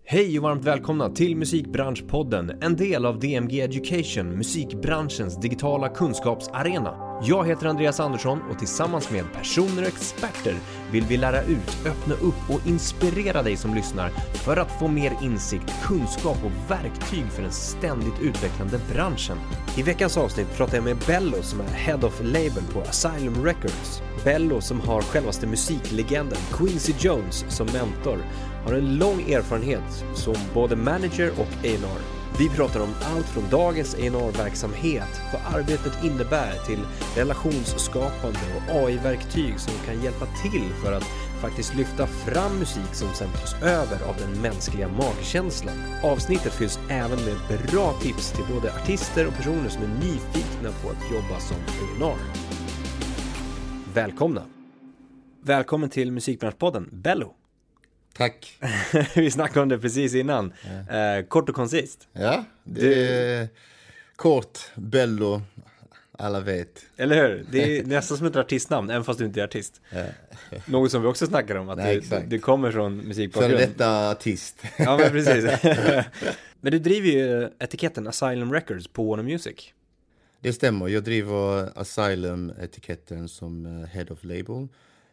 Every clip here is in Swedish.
Hej och varmt välkomna till Musikbranschpodden, en del av DMG Education, musikbranschens digitala kunskapsarena. Jag heter Andreas Andersson och tillsammans med personer och experter vill vi lära ut, öppna upp och inspirera dig som lyssnar för att få mer insikt, kunskap och verktyg för den ständigt utvecklande branschen. I veckans avsnitt pratar jag med Bello som är Head of Label på Asylum Records. Bello som har självaste musiklegenden Quincy Jones som mentor har en lång erfarenhet som både manager och A&R. Vi pratar om allt från dagens A&R-verksamhet, vad arbetet innebär, till relationsskapande och AI-verktyg som kan hjälpa till för att faktiskt lyfta fram musik som sen tas över av den mänskliga magkänslan. Avsnittet fylls även med bra tips till både artister och personer som är nyfikna på att jobba som A&R. Välkomna! Välkommen till Musikbranschpodden, Bello! Tack. Vi snackade om det precis innan. Ja. Kort och koncist. Ja, det är kort, Bello, alla vet. Eller hur? Det är nästan som ett artistnamn, även fast du inte är artist. Ja. Något som vi också snackar om, att du kommer från musikbakgrund. För detta artist. Ja, men precis. Men du driver ju etiketten Asylum Records på Warner Music. Det stämmer, jag driver Asylum-etiketten som Head of Label.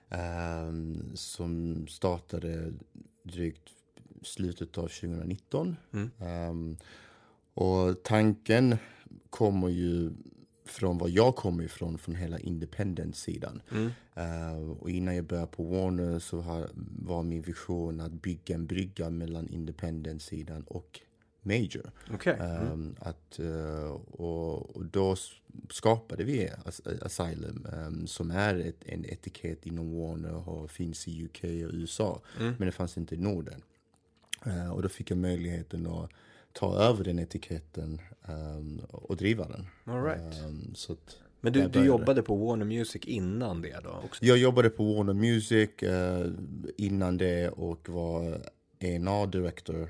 Som startade drygt slutet av 2019. Och tanken kommer ju från vad jag kommer ifrån, från hela independent-sidan. Och innan jag började på Warner så var min vision att bygga en brygga mellan independent-sidan och major. Okay. Och då skapade vi Asylum som är en etikett inom Warner och finns i UK och USA. Men det fanns inte i Norden. Och då fick jag möjligheten att ta över den etiketten och driva den. All right. Men du jobbade på Warner Music innan det då också? Jag jobbade på Warner Music innan det och var A&R director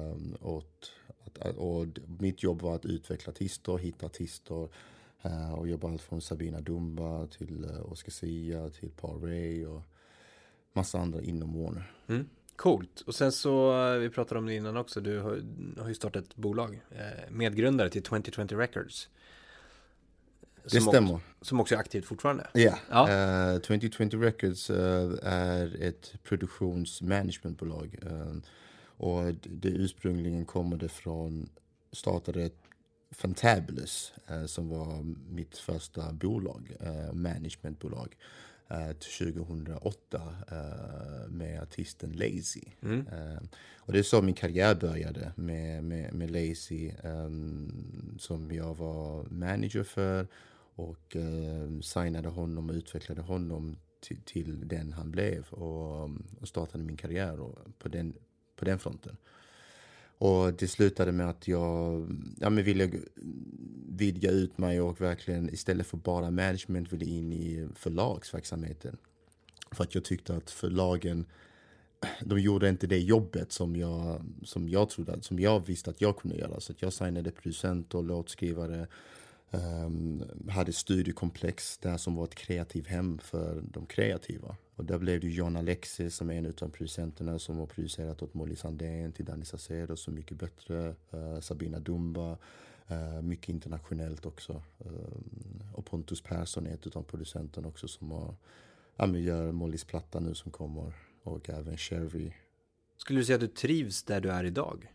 och mitt jobb var att utveckla artister, hitta artister och jobba allt från Sabina Dumba till Oscar Sia till Paul Ray och massa andra inom Warner. Coolt. Och sen så, vi pratade om det innan också, du har ju startat ett bolag, medgrundare till 2020 Records. Det stämmer. Som också är aktivt fortfarande. Ja. 2020 Records är ett produktionsmanagementbolag. Och det ursprungligen kommer det startade Fantabulous som var mitt första bolag, managementbolag, till 2008 med artisten Lazy. Och det är så min karriär började med Lazy som jag var manager för och signade honom och utvecklade honom till den han blev och startade min karriär på den fronten. Och det slutade med att jag ville vidga ut mig och verkligen istället för bara management ville in i förlagsverksamheten. För att jag tyckte att förlagen, de gjorde inte det jobbet som jag visste att jag kunde göra. Så att jag signade producenter, låtskrivare, hade studiekomplex där som var ett kreativt hem för de kreativa. Och där blev det John Alexis som är en utav producenterna som har producerat åt Molly Sandén till Danny Saucedo Så mycket bättre, Sabina Dumba, mycket internationellt också. Och Pontus Persson är ett utav producenterna också som gör Mollys platta nu som kommer och även Cherry. Skulle du säga att du trivs där du är idag?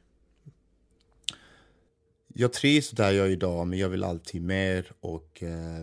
Jag trivs där jag är idag, men jag vill alltid mer och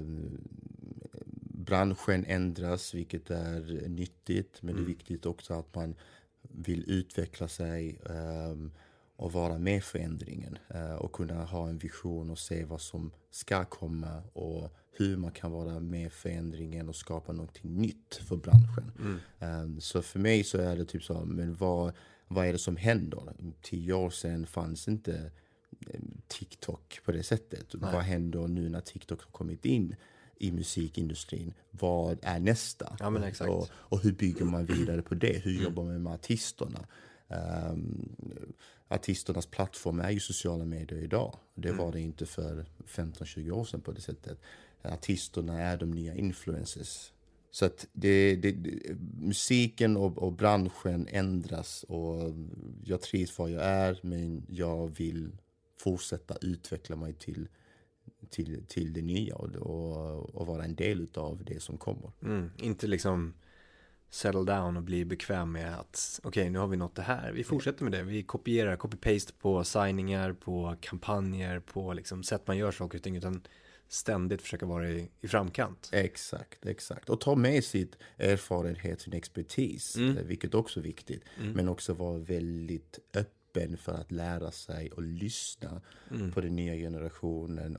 branschen ändras, vilket är nyttigt, men det är viktigt också att man vill utveckla sig och vara med förändringen och kunna ha en vision och se vad som ska komma och hur man kan vara med förändringen och skapa någonting nytt för branschen. Så för mig så är det typ så, men vad är det som händer? 10 år sedan fanns inte TikTok på det sättet. Nej. Vad händer nu när TikTok har kommit in i musikindustrin? Vad är nästa? Ja, men exakt. Och hur bygger man vidare på det? Hur jobbar man med artisterna? Artisternas plattform är ju sociala medier idag. Det var det inte för 15-20 år sedan på det sättet. Artisterna är de nya influencers. Så att musiken och branschen ändras och jag trivs var jag är, men jag vill fortsätta utveckla mig till det nya och vara en del av det som kommer. Inte liksom settle down och bli bekväm med att okej, nu har vi nått det här. Vi fortsätter med det. Vi kopierar, copy-paste på signingar, på kampanjer, på liksom sätt man gör saker och ting, utan ständigt försöka vara i framkant. Exakt. Och ta med sitt erfarenhet, sin expertis, vilket också är viktigt. Men också vara väldigt öppen för att lära sig och lyssna på den nya generationen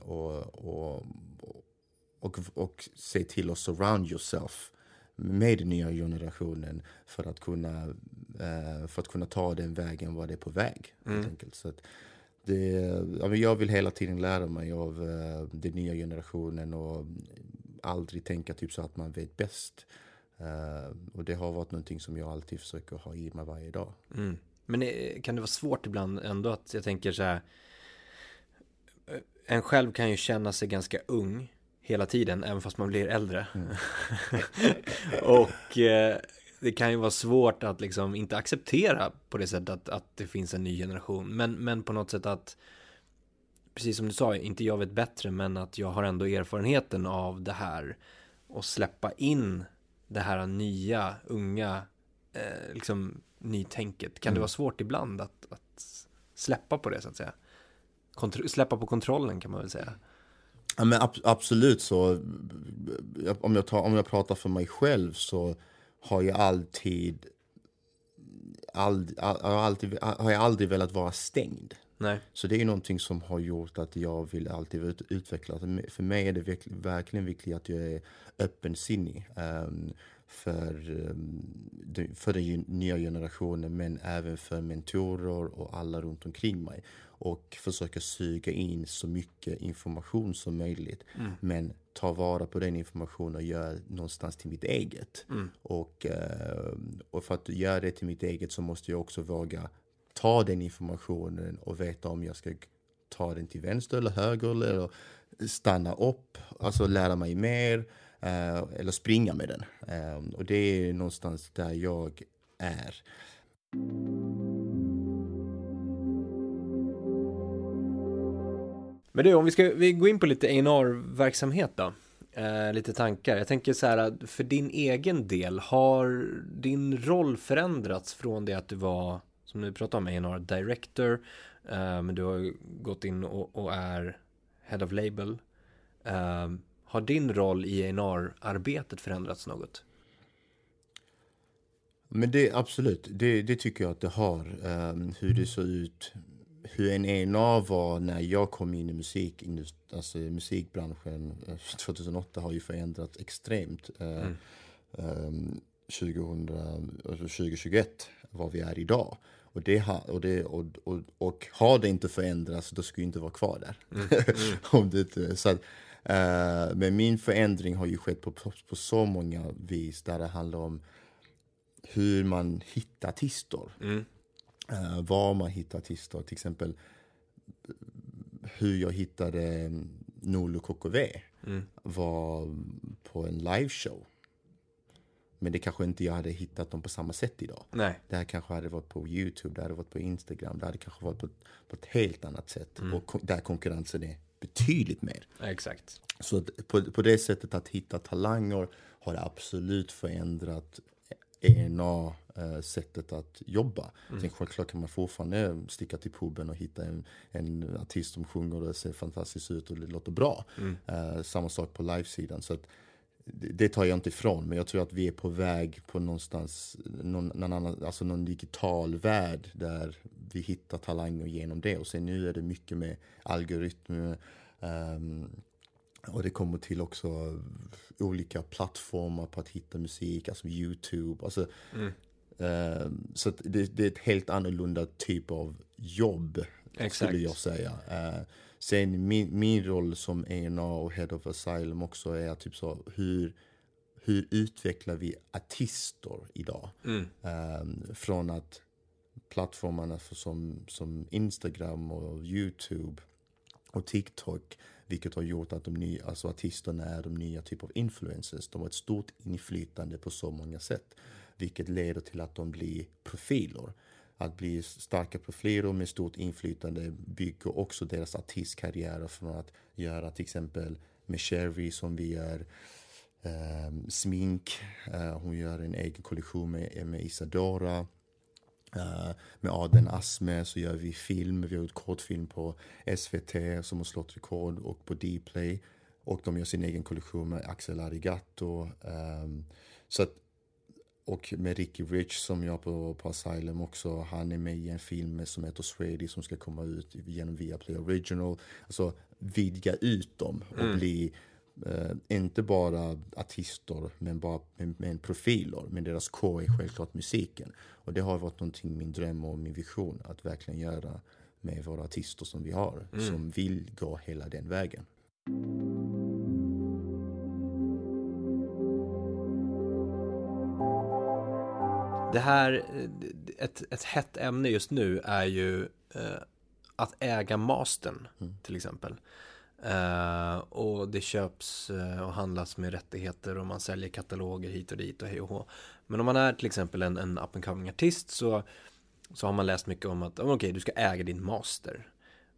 och se till att surround yourself med den nya generationen för att kunna ta den vägen var det är på väg. Helt enkelt. Så att jag vill hela tiden lära mig av den nya generationen och aldrig tänka typ så att man vet bäst. Och det har varit någonting som jag alltid försöker ha i mig varje dag. Men kan det vara svårt ibland ändå att jag tänker så här, en själv kan ju känna sig ganska ung hela tiden, även fast man blir äldre. Och det kan ju vara svårt att liksom inte acceptera på det sättet att det finns en ny generation. Men på något sätt att, precis som du sa, inte jag vet bättre, men att jag har ändå erfarenheten av det här och släppa in det här nya, unga, liksom nytänket. Kan det vara svårt ibland att släppa på det, så att säga? Släppa på kontrollen, kan man väl säga. Ja, men absolut. Så om jag pratar för mig själv, så har jag aldrig velat vara stängd. Nej. Så det är ju någonting som har gjort att jag vill alltid utveckla. För mig är det verkligen viktigt att jag är öppensinnig för den nya generationen, men även för mentorer och alla runt omkring mig. Och försöka suga in så mycket information som möjligt. Men ta vara på den informationen och göra någonstans till mitt eget. Och för att göra det till mitt eget så måste jag också våga ta den informationen och veta om jag ska ta den till vänster eller höger eller stanna upp, alltså lära mig mer eller springa med den. Och det är någonstans där jag är. Men du, om vi går in på lite A&R-verksamhet då. Lite tankar. Jag tänker så här, för din egen del, har din roll förändrats från det att du var, som du pratade om, A&R director, men du har gått in och är head of label. Har din roll i A&R-arbetet förändrats något? Men det absolut, det tycker jag att det har. Hur det såg ut, hur en A&R var när jag kom in i musikbranschen 2008 har ju förändrats extremt. 2021 vad vi är idag. Och har det inte förändrats, då skulle jag inte vara kvar där. Om det inte, så att, men min förändring har ju skett på så många vis, där det handlar om hur man hittar artister. Var man hittar artister. Till exempel hur jag hittade Nolo KKV var på en liveshow. Men det kanske inte jag hade hittat dem på samma sätt idag. Nej. Det här kanske hade varit på YouTube, det hade varit på Instagram, det hade kanske varit på ett helt annat sätt. Och där konkurrensen är betydligt mer. Ja, exakt. Så på det sättet att hitta talanger har det absolut förändrat sättet att jobba. Sen självklart kan man fortfarande sticka till puben och hitta en artist som sjunger och det ser fantastiskt ut och det låter bra. Samma sak på livesidan. Så att det tar jag inte ifrån, men jag tror att vi är på väg på någonstans någon digital värld där vi hittar talanger genom det. Och sen nu är det mycket med algoritmer och det kommer till också olika plattformar på att hitta musik, alltså YouTube. Alltså, så att det är ett helt annorlunda typ av jobb. Exakt. Skulle jag säga. Sen min roll som A&R och Head of Asylum också är typ så, hur utvecklar vi artister idag? Från att plattformarna som Instagram och YouTube och TikTok, vilket har gjort att alltså artisterna är de nya typ av influencers. De har ett stort inflytande på så många sätt, vilket leder till att de blir profiler. Att bli starka profiler med stort inflytande bygger också deras artistkarriärer från att göra till exempel med Cherry som vi gör smink. Hon gör en egen kollektion med Isadora. Med Aden Asme så gör vi film. Vi har gjort kortfilm på SVT som har slått rekord och på Dplay. Och de gör sin egen kollektion med Axel Arigato. Så att, och med Ricky Rich som jag på Asylum också. Han är med i en film som heter Swady som ska komma ut genom Viaplay Original. Alltså vidga ut dem och bli inte bara artister men bara med profiler. Men deras core är självklart musiken. Och det har varit någonting, min dröm och min vision att verkligen göra med våra artister som vi har. Som vill gå hela den vägen. Det här, ett hett ämne just nu är ju att äga mastern till exempel. Och det köps och handlas med rättigheter och man säljer kataloger hit och dit och hej och hå. Men om man är till exempel en up and coming artist så har man läst mycket om att okej, du ska äga din master.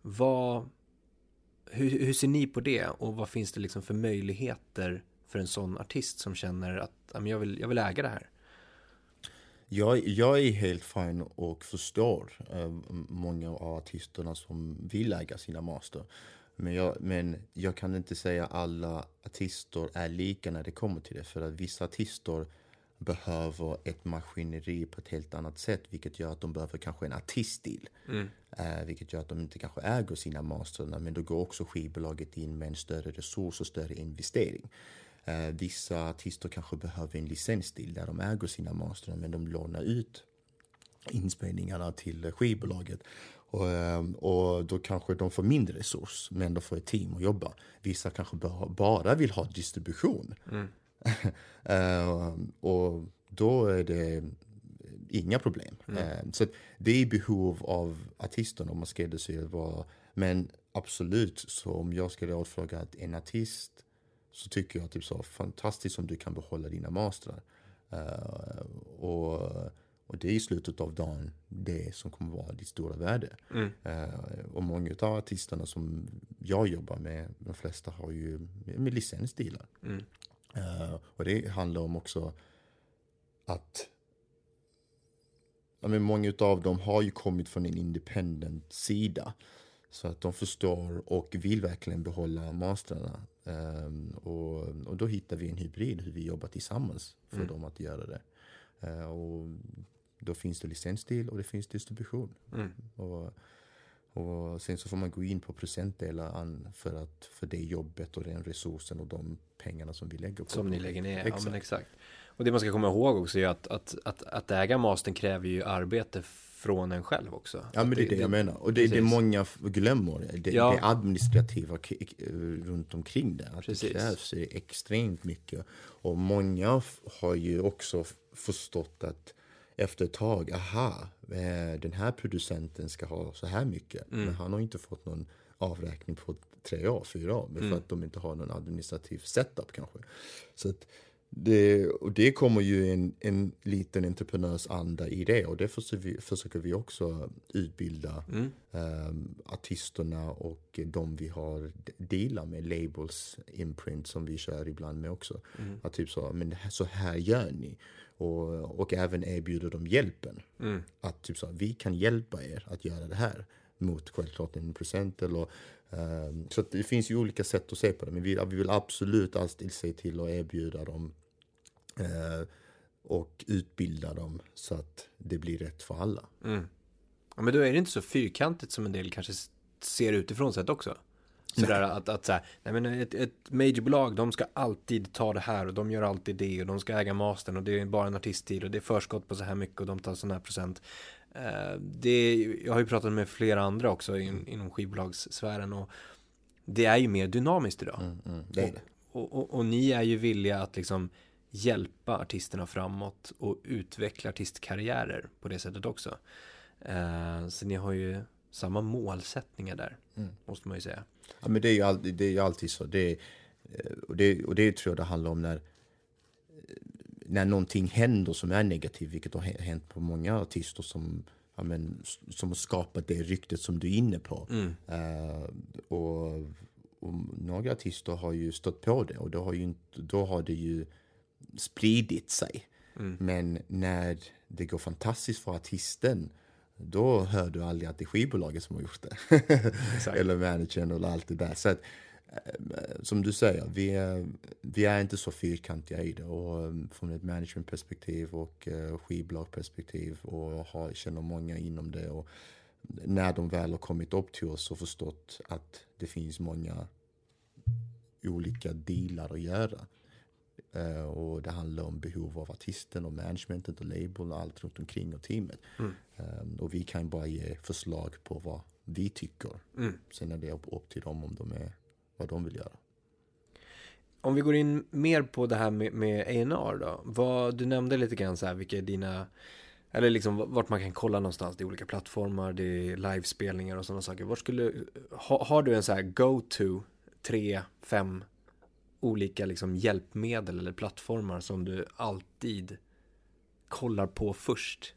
Hur ser ni på det och vad finns det liksom för möjligheter för en sån artist som känner att jag vill äga det här? Jag är helt fin och förstår många av artisterna som vill äga sina master. Men jag kan inte säga att alla artister är lika när det kommer till det. För att vissa artister behöver ett maskineri på ett helt annat sätt. Vilket gör att de behöver kanske en artiststil. Vilket gör att de inte kanske äger sina masterna. Men då går också skivbolaget in med en större resurs och större investering. Vissa artister kanske behöver en licensstil där de äger sina master men de lånar ut inspelningarna till skivbolaget och då kanske de får mindre resurs men de får ett team att jobba. Vissa kanske bara vill ha distribution och då är det inga problem. Så det är behov av artisterna om man ska det. Men absolut, så om jag ska rådfråga att en artist så tycker jag typ så fantastiskt om du kan behålla dina mastrar. Och det är i slutet av dagen det som kommer vara ditt stora värde. Och många av artisterna som jag jobbar med, de flesta har ju med licensstilar. Och det handlar om också att många av dem har ju kommit från en independent sida. Så att de förstår och vill verkligen behålla masterna. Och då hittar vi en hybrid hur vi jobbar tillsammans för dem att göra det. Och då finns det licensstil och det finns distribution. Och sen så får man gå in på procentdelar för det jobbet och den resursen och de pengarna som vi lägger på. Som ni lägger ner, exakt. Ja men exakt. Och det man ska komma ihåg också är att äga mastern kräver ju arbete från en själv också. Ja men det är det jag menar. Och det många glömmer. Det administrativa runt omkring det. Att det krävs extremt mycket. Och många har ju också förstått att efter ett tag, den här producenten ska ha så här mycket. Men han har inte fått någon avräkning på 3 år, 4 år. För att de inte har någon administrativ setup kanske. Så att det kommer ju en liten entreprenörsanda i det. Och det försöker vi också utbilda artisterna och de vi har dealar med, labels, imprint som vi kör ibland med också. Att typ så här gör ni. Och även erbjuder dem hjälpen. Att typ så vi kan hjälpa er att göra det här mot självklart 1% eller så att det finns ju olika sätt att se på det, men vi vill absolut alltid se till att erbjuda dem och utbilda dem så att det blir rätt för alla. Ja, men då är det inte så fyrkantigt som en del kanske ser utifrån sett också. Sådär att så här, nej men ett majorbolag, de ska alltid ta det här och de gör alltid det och de ska äga mastern och det är bara en artisttid och det är förskott på så här mycket och de tar sån här procent. Jag har ju pratat med flera andra också inom skivbolagssfären och det är ju mer dynamiskt idag. Det är det. Och ni är ju villiga att liksom hjälpa artisterna framåt och utveckla artistkarriärer på det sättet också. Så ni har ju samma målsättningar där, måste man ju säga. Ja, men det är ju alltid så. Och det tror jag det handlar om när någonting händer som är negativt, vilket har hänt på många artister som har skapat det ryktet som du är inne på. Och några artister har ju stått på det, och då har det ju spridit sig. Men när det går fantastiskt för artisten, då hör du aldrig att det är skivbolaget som har gjort det. Eller managern eller allt det där. Så att, som du säger, vi är inte så fyrkantiga i det. Och från ett managementperspektiv och skivbolagperspektiv, och känner många inom det. Och när de väl har kommit upp till oss och förstått att det finns många olika dealar att göra. Och det handlar om behov av artisten och managementet och label och allt runt omkring och teamet. Och vi kan bara ge förslag på vad vi tycker. Sen är det upp till dem om de är vad de vill göra. Om vi går in mer på det här med A&R då. Du nämnde lite grann så här, vilka är dina, eller liksom vart man kan kolla någonstans. Det är olika plattformar, det är livespelningar och sådana saker. Har du en så här go-to 3-5 olika liksom hjälpmedel eller plattformar som du alltid kollar på först?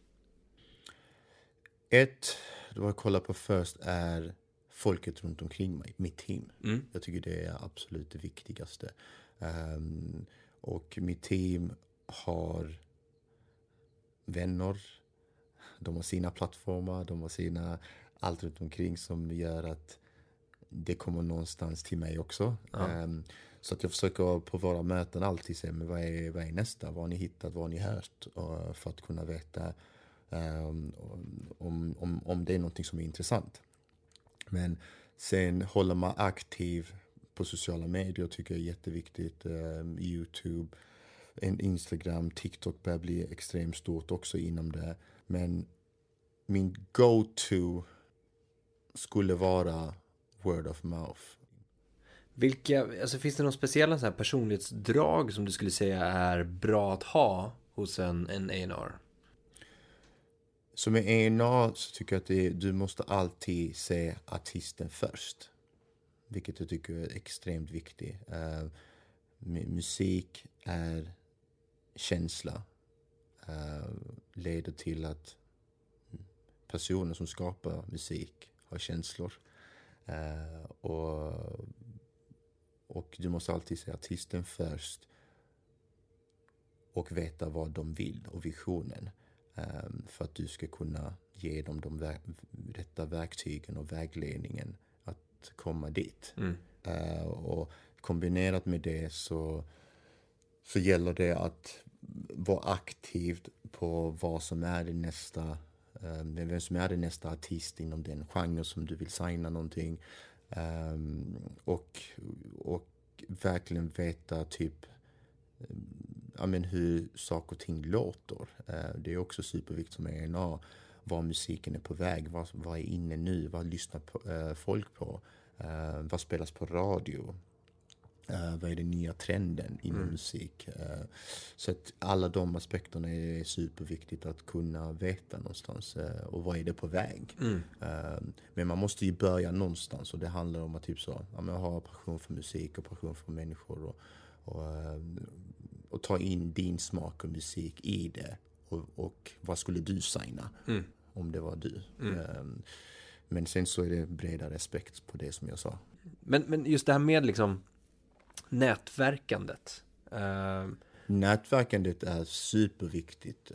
Då jag kollar på först är folket runt omkring mig, mitt team. Jag tycker det är absolut det viktigaste. Och mitt team har vänner, de har sina plattformar, de har sina allt runt omkring som gör att det kommer någonstans till mig också. Så att jag försöker på våra möten alltid se vad är nästa, vad har ni hittat, vad har ni hört, för att kunna veta om det är någonting som är intressant. Men sen håller man aktiv på sociala medier, tycker jag är jätteviktigt. YouTube, Instagram, TikTok börjar bli extremt stort också inom det. Men min go-to skulle vara word of mouth. Finns det någon speciella så här personlighetsdrag som du skulle säga är bra att ha hos en A&R? Så med A&R så tycker jag att du måste alltid se artisten först. Vilket jag tycker är extremt viktigt. Musik är känsla. Leder till att personer som skapar musik har känslor. Och du måste alltid se artisten först. Och veta vad de vill och visionen. För att du ska kunna ge dem de rätta verktygen och vägledningen att komma dit. Och kombinerat med det så gäller det att vara aktiv på vad som är vem som är den nästa artist inom den genre som du vill signa någonting. Och verkligen veta typ hur saker och ting låter. Det är också superviktigt som A&R. Var musiken är på väg. Vad är inne nu? Vad lyssnar folk på? Vad spelas på radio? Vad är den nya trenden inom musik? Så att alla de aspekterna är superviktigt att kunna veta någonstans. Och vad är det på väg? Men man måste ju börja någonstans. Och det handlar om att ha passion för musik och passion för människor. Och ta in din smak och musik i det. Och vad skulle du signa om det var du? Men sen så är det bredare aspekt på det som jag sa. Men just det här med liksom nätverkandet. Nätverkandet är superviktigt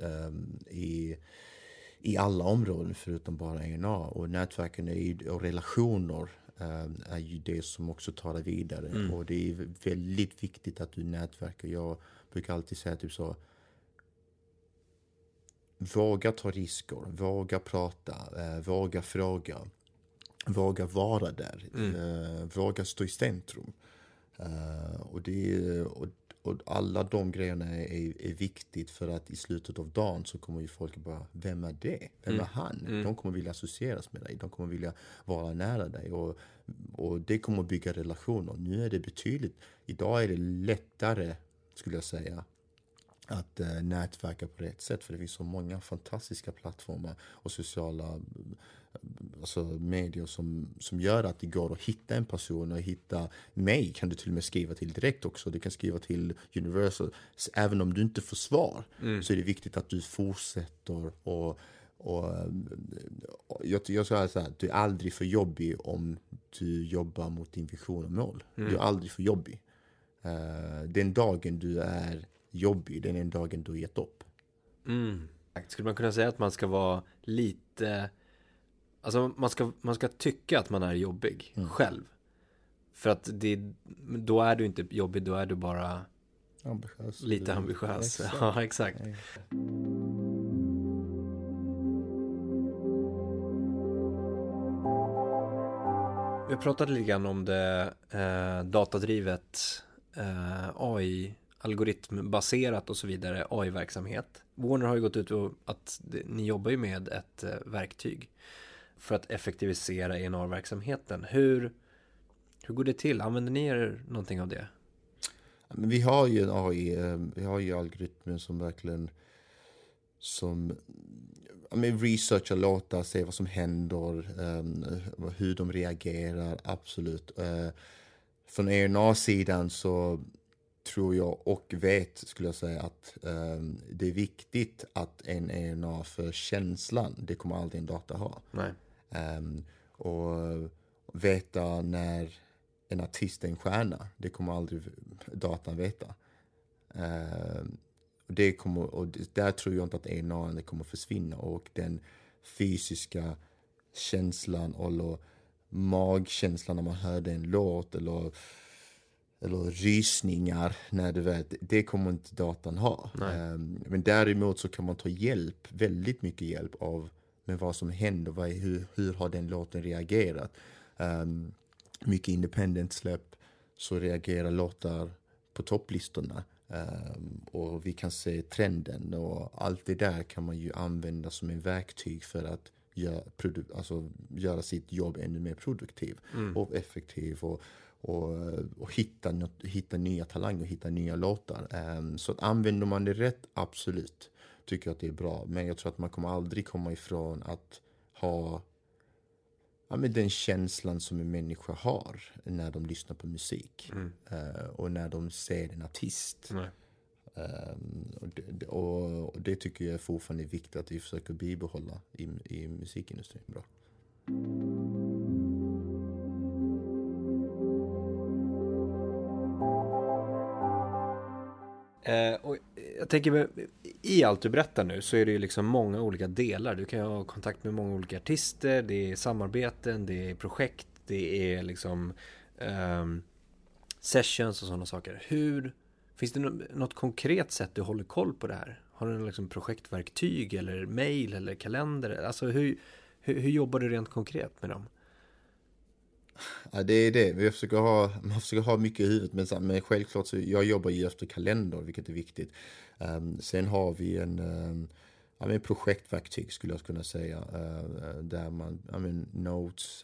i alla områden förutom bara A&R. Och nätverkande och relationer är ju det som också tar det vidare. Och det är väldigt viktigt att du nätverkar. Jag brukar alltid säga typ så: våga ta risker, våga prata, våga fråga, våga vara där, våga stå i centrum. Och alla de grejerna är viktigt, för att i slutet av dagen så kommer ju folk bara, vem är det? Vem är han? De kommer vilja associeras med dig, de kommer vilja vara nära dig, och det kommer bygga relationer. Nu är det idag är det lättare, skulle jag säga, att nätverka på rätt sätt, för det finns så många fantastiska plattformar och sociala alltså medier som gör att det går att hitta en person och hitta mig kan du till och med skriva till direkt också. Du kan skriva till Universal. Så även om du inte får svar så är det viktigt att du fortsätter och jag säger så här, du är aldrig för jobbig om du jobbar mot din vision och mål. Du är aldrig för jobbig. Den dagen du är jobbig, den är den dagen du har gett upp. Skulle man kunna säga att man ska vara lite... Alltså man ska tycka att man är jobbig själv. För att då är du inte jobbig, då är du bara ambitiös. Lite ambitiös. Exakt. Ja, exakt. Vi har pratat lite grann om det datadrivet AI, algoritmbaserat och så vidare, AI-verksamhet. Warner har ju gått ut och att ni jobbar ju med ett verktyg för att effektivisera A&R-verksamheten. Hur går det till? Använder ni er någonting av det? Men vi har ju en AI, vi har ju algoritmer som verkligen researchar låtar, ser vad som händer, hur de reagerar, absolut. Från A&R-sidan så tror jag och vet, skulle jag säga, att det är viktigt att en A&R för känslan, det kommer aldrig en data ha. Nej. Och veta när en artist är en stjärna, det kommer aldrig datan veta. Där tror jag inte att A&R kommer försvinna, och den fysiska känslan eller magkänslan när man hörde en låt eller rysningar när du vet, det kommer inte datan ha. Men däremot så kan man ta hjälp, väldigt mycket hjälp av med vad som händer, hur har den låten reagerat. Mycket independent släpp så reagerar låtar på topplistorna. Och vi kan se trenden, och allt det där kan man ju använda som en verktyg för att göra sitt jobb ännu mer produktiv och effektiv och hitta nya talanger och hitta nya låtar. Så att använder man det rätt, absolut, tycker jag att det är bra. Men jag tror att man kommer aldrig komma ifrån att ha den känslan som en människa har när de lyssnar på musik och när de ser en artist. Och det tycker jag är fortfarande viktigt att vi försöker bibehålla i musikindustrin. Bra. Och jag tänker, i allt du berättar nu så är det ju liksom många olika delar. Du kan ju ha kontakt med många olika artister, det är samarbeten, det är projekt, det är liksom sessions och sådana saker. Finns det något konkret sätt du håller koll på det här? Har du liksom projektverktyg eller mail eller kalender? Alltså hur jobbar du rent konkret med dem? Ja, det är det. Man försöker ha mycket i huvudet, men självklart så jag jobbar ju efter kalender, vilket är viktigt. Sen har vi en projektverktyg, skulle jag kunna säga, där man notes,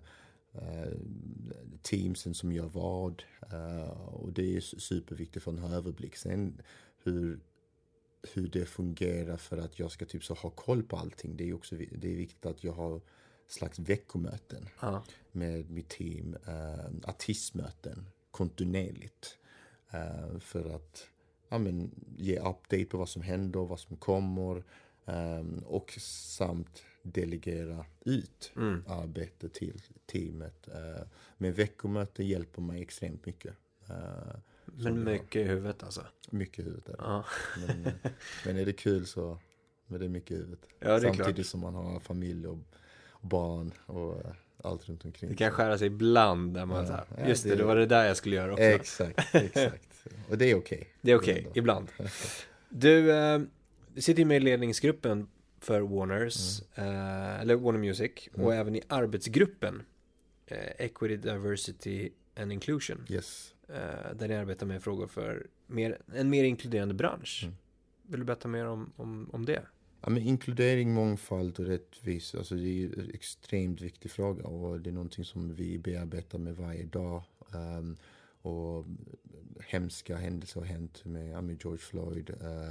teamsen som gör vad, och det är superviktigt för att ha överblick. Sen hur det fungerar för att jag ska typ så ha koll på allting, det är viktigt att jag har slags veckomöten med mitt team, artistmöten kontinuerligt, för att ge update på vad som händer, vad som kommer, och samt delegera ut arbete till teamet. Men veckomöten hjälper mig extremt mycket. Men mycket i huvudet alltså? Mycket i huvudet, ja. Men är det kul så är det mycket i huvudet. Ja, det är samtidigt klart. Som man har familj och barn och allt runt omkring. Det kan skära sig ibland där man just det var det där jag skulle göra också. Exakt. Och det är okej. Det är okej, ibland. Du sitter med i ledningsgruppen för Warners, eller Warner Music, och även i arbetsgruppen Equity, Diversity and Inclusion. Yes. Där ni arbetar med frågor för en mer inkluderande bransch. Vill du berätta mer om det? Ja, men inkludering, mångfald och rättvis, alltså det är en extremt viktig fråga, och det är någonting som vi bearbetar med varje dag. Och hemska händelser har hänt med George Floyd,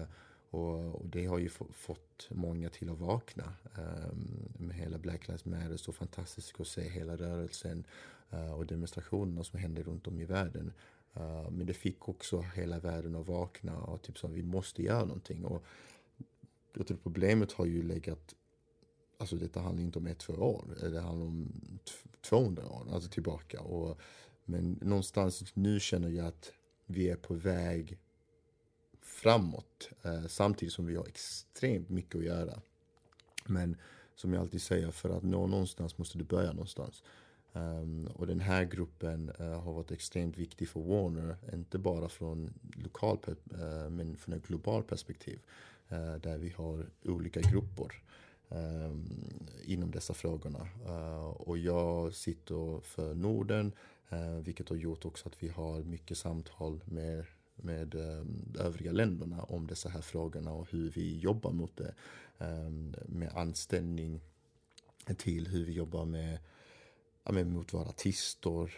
Och det har ju fått många till att vakna. Med hela Black Lives Matter, så fantastiskt att se hela rörelsen och demonstrationerna som händer runt om i världen. Men det fick också hela världen att vakna och typ så vi måste göra någonting. Och jag tror problemet har ju legat, alltså detta handlar inte om 1-2 år, det handlar om 200 år, alltså tillbaka. Men någonstans nu känner jag att vi är på väg framåt, samtidigt som vi har extremt mycket att göra. Men som jag alltid säger, för att nå någonstans måste du börja någonstans. Och den här gruppen har varit extremt viktig för Warner, inte bara från lokal men från ett globalt perspektiv, där vi har olika grupper inom dessa frågorna. Och jag sitter för Norden, vilket har gjort också att vi har mycket samtal med övriga länderna om dessa här frågorna och hur vi jobbar mot det, med anställning till hur vi jobbar mot våra artister,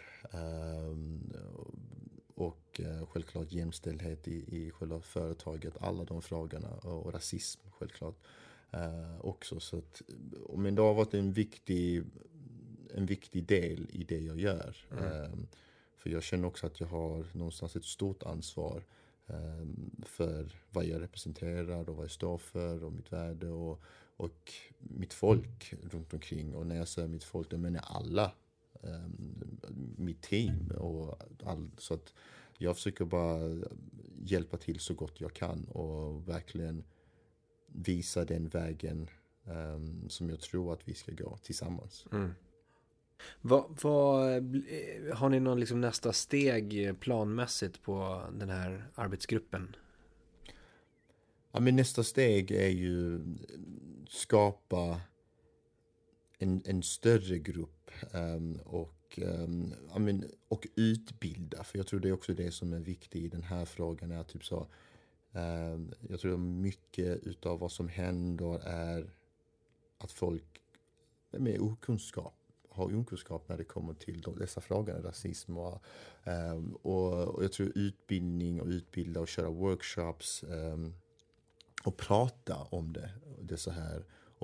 och självklart jämställdhet i själva företaget, alla de frågorna, och rasism självklart också. Så att, men det har varit en viktig del i det jag gör. För jag känner också att jag har någonstans ett stort ansvar för vad jag representerar och vad jag står för och mitt värde och mitt folk runt omkring. Och när jag säger mitt folk, då menar jag alla, mitt team och så att jag försöker bara hjälpa till så gott jag kan och verkligen visa den vägen som jag tror att vi ska gå tillsammans. Har ni någon liksom nästa steg planmässigt på den här arbetsgruppen? Ja, men nästa steg är ju skapa en större grupp och utbilda. För jag tror det är också det som är viktigt i den här frågan. Är typ så, jag tror mycket utav vad som händer är att folk med okunskap har okunskap när det kommer till dessa frågor, rasism och jag tror utbildning och utbilda och köra workshops och prata om det så här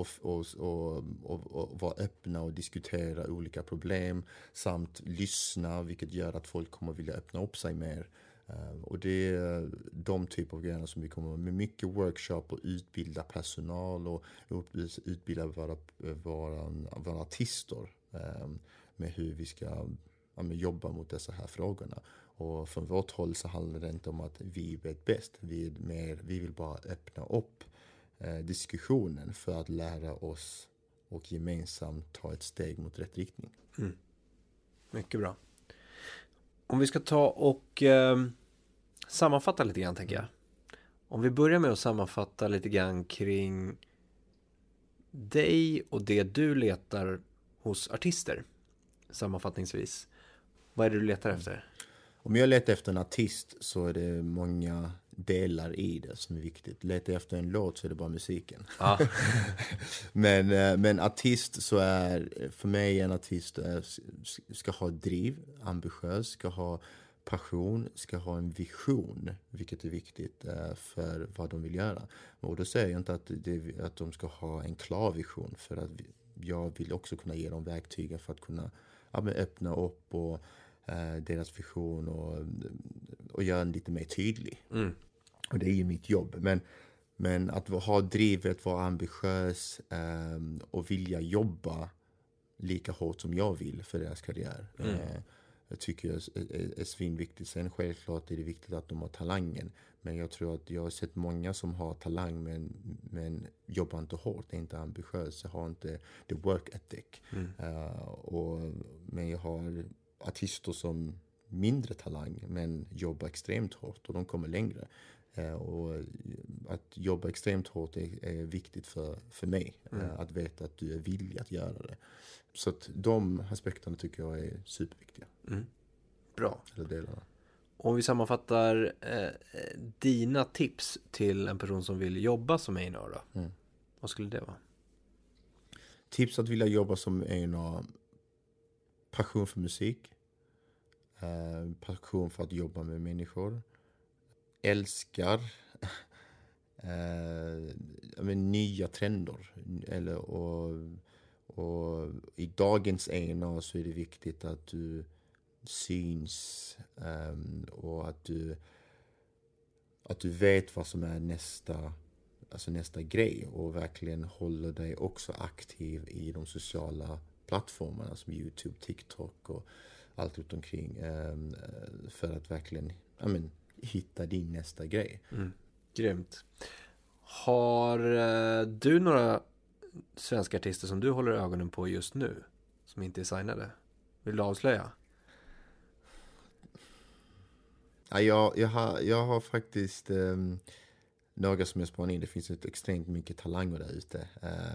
och vara öppna och diskutera olika problem samt lyssna, vilket gör att folk kommer vilja öppna upp sig mer. Och det är de typer av grejer som vi kommer med mycket workshop och utbilda personal och utbilda våra artister med hur vi ska jobba mot dessa här frågorna. Och från vårt håll så handlar det inte om att vi vet bäst. Vi vill bara öppna upp diskussionen för att lära oss och gemensamt ta ett steg mot rätt riktning. Mycket bra. Om vi ska ta och sammanfatta lite grann, tänker jag. Om vi börjar med att sammanfatta lite grann kring dig och det du letar hos artister. Sammanfattningsvis. Vad är det du letar efter? Om jag letar efter en artist så är det många delar i det som är viktigt. Letar jag efter en låt så är det bara musiken. Ja. men artist så är, för mig en artist ska ha driv, ambitiös, ska ha passion, ska ha en vision, vilket är viktigt för vad de vill göra. Och då säger jag inte att de ska ha en klar vision, för att jag vill också kunna ge dem verktygen för att kunna öppna upp och deras vision och göra den lite mer tydlig. Och det är ju mitt jobb. Men att ha drivet, vara ambitiös och vilja jobba lika hårt som jag vill för deras karriär. Jag tycker är svinviktigt. Sen självklart är det viktigt att de har talangen. Men jag tror att jag har sett många som har talang men jobbar inte hårt, är inte ambitiös, har inte the work ethic. Men jag har artister som mindre talang men jobbar extremt hårt och de kommer längre. Och att jobba extremt hårt är viktigt för mig. Att veta att du är villig att göra det. Så att de aspekterna tycker jag är superviktiga. Bra. Eller delarna. Om vi sammanfattar dina tips till en person som vill jobba som A&R då. Vad skulle det vara? Tips att vilja jobba som A&R: passion för musik. Passion för att jobba med människor. Älskar nya trender. Och i dagens ena så är det viktigt att du syns och att du vet vad som är nästa grej och verkligen håller dig också aktiv i de sociala plattformarna som YouTube, TikTok och allt runt omkring för att verkligen hitta din nästa grej. Grymt. Har du några svenska artister som du håller ögonen på just nu som inte är signade? Vill du avslöja? Ja, jag har faktiskt några som jag spanar in. Det finns ett extremt mycket talanger där ute.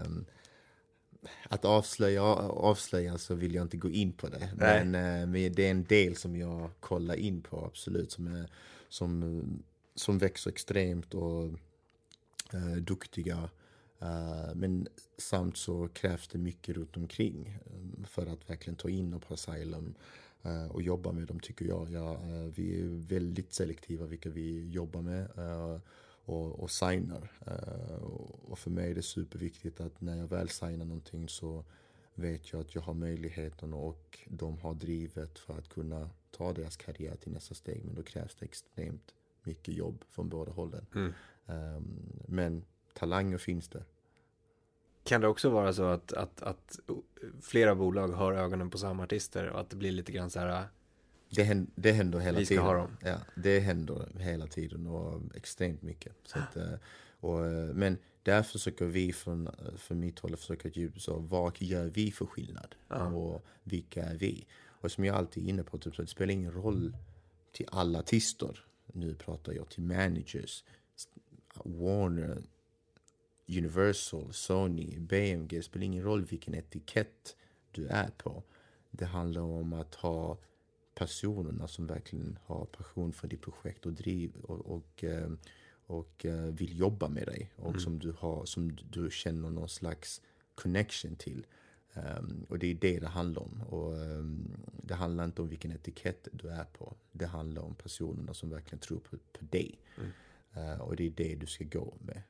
Att avslöja så vill jag inte gå in på det. Men det är en del som jag kollar in på, absolut. Som växer extremt och duktiga. Men samt så krävs det mycket runt omkring för att verkligen ta in på Asylum och jobba med dem, tycker jag. Vi är väldigt selektiva vilka vi jobbar med och signar. Och för mig är det superviktigt att när jag väl signar någonting så vet jag att jag har möjligheten och de har drivet för att kunna ta deras karriär till nästa steg. Men då krävs det extremt mycket jobb från båda hållen. Men talanger finns det. Kan det också vara så att flera bolag har ögonen på samma artister och att det blir lite grann så här... Det händer hela vi ska tiden. Ha dem. Ja, det händer hela tiden och extremt mycket. Så att, men där försöker vi från mitt håll försöka djupa vad gör vi för skillnad? Och vilka är vi? Och som jag alltid är inne på, typ, så det spelar ingen roll till alla artister. Nu pratar jag till managers, Warner, Universal, Sony, BMG. Det spelar ingen roll vilken etikett du är på. Det handlar om att ha personerna som verkligen har passion för ditt projekt och driv och vill jobba med dig och som du känner någon slags connection till. Och det är det handlar om. Och det handlar inte om vilken etikett du är på. Det handlar om personerna som verkligen tror på dig. Och det är det du ska gå med.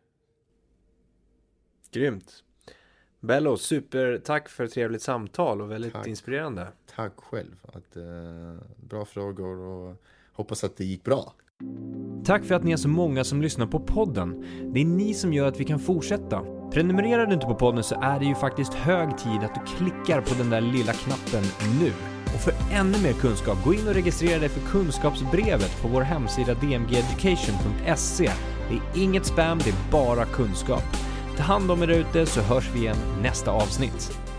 Grymt. Bello, tack för ett trevligt samtal och väldigt inspirerande. Tack själv. Bra frågor och hoppas att det gick bra. Tack för att ni är så många som lyssnar på podden. Det är ni som gör att vi kan fortsätta. Prenumererar du inte på podden så är det ju faktiskt hög tid att du klickar på den där lilla knappen nu. Och för ännu mer kunskap, gå in och registrera dig för kunskapsbrevet på vår hemsida dmgeducation.se. Det är inget spam, det är bara kunskap. Ta hand om er ute så hörs vi igen nästa avsnitt.